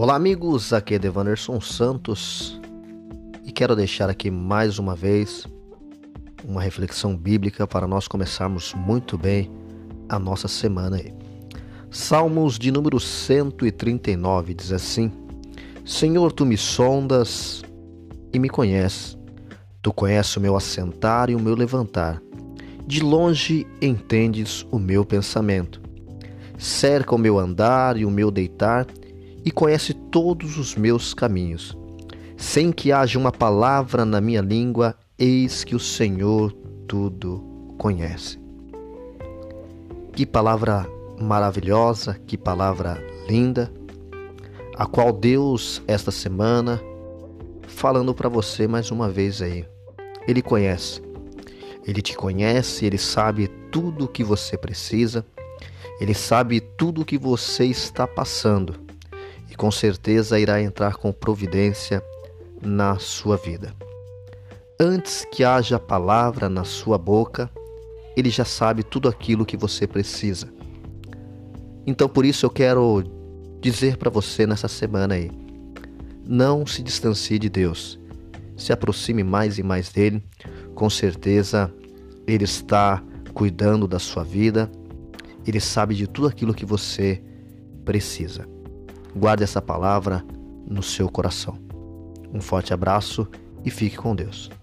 Olá amigos, aqui é Devanderson Santos e quero deixar aqui mais uma vez uma reflexão bíblica para nós começarmos muito bem a nossa semana aí. Salmos de número 139 diz assim: Senhor, Tu me sondas e me conheces, Tu conheces o meu assentar e o meu levantar, de longe entendes o meu pensamento, cerca o meu andar e o meu deitar, e conhece todos os meus caminhos. Sem que haja uma palavra na minha língua, eis que o Senhor tudo conhece. Que palavra maravilhosa, que palavra linda, a qual Deus, esta semana, falando para você mais uma vez aí. Ele conhece, Ele te conhece, Ele sabe tudo o que você precisa, Ele sabe tudo o que você está passando. E com certeza irá entrar com providência na sua vida. Antes que haja palavra na sua boca, Ele já sabe tudo aquilo que você precisa. Então por isso eu quero dizer para você nessa semana aí, não se distancie de Deus, se aproxime mais e mais dEle, com certeza Ele está cuidando da sua vida, Ele sabe de tudo aquilo que você precisa. Guarde essa palavra no seu coração. Um forte abraço e fique com Deus.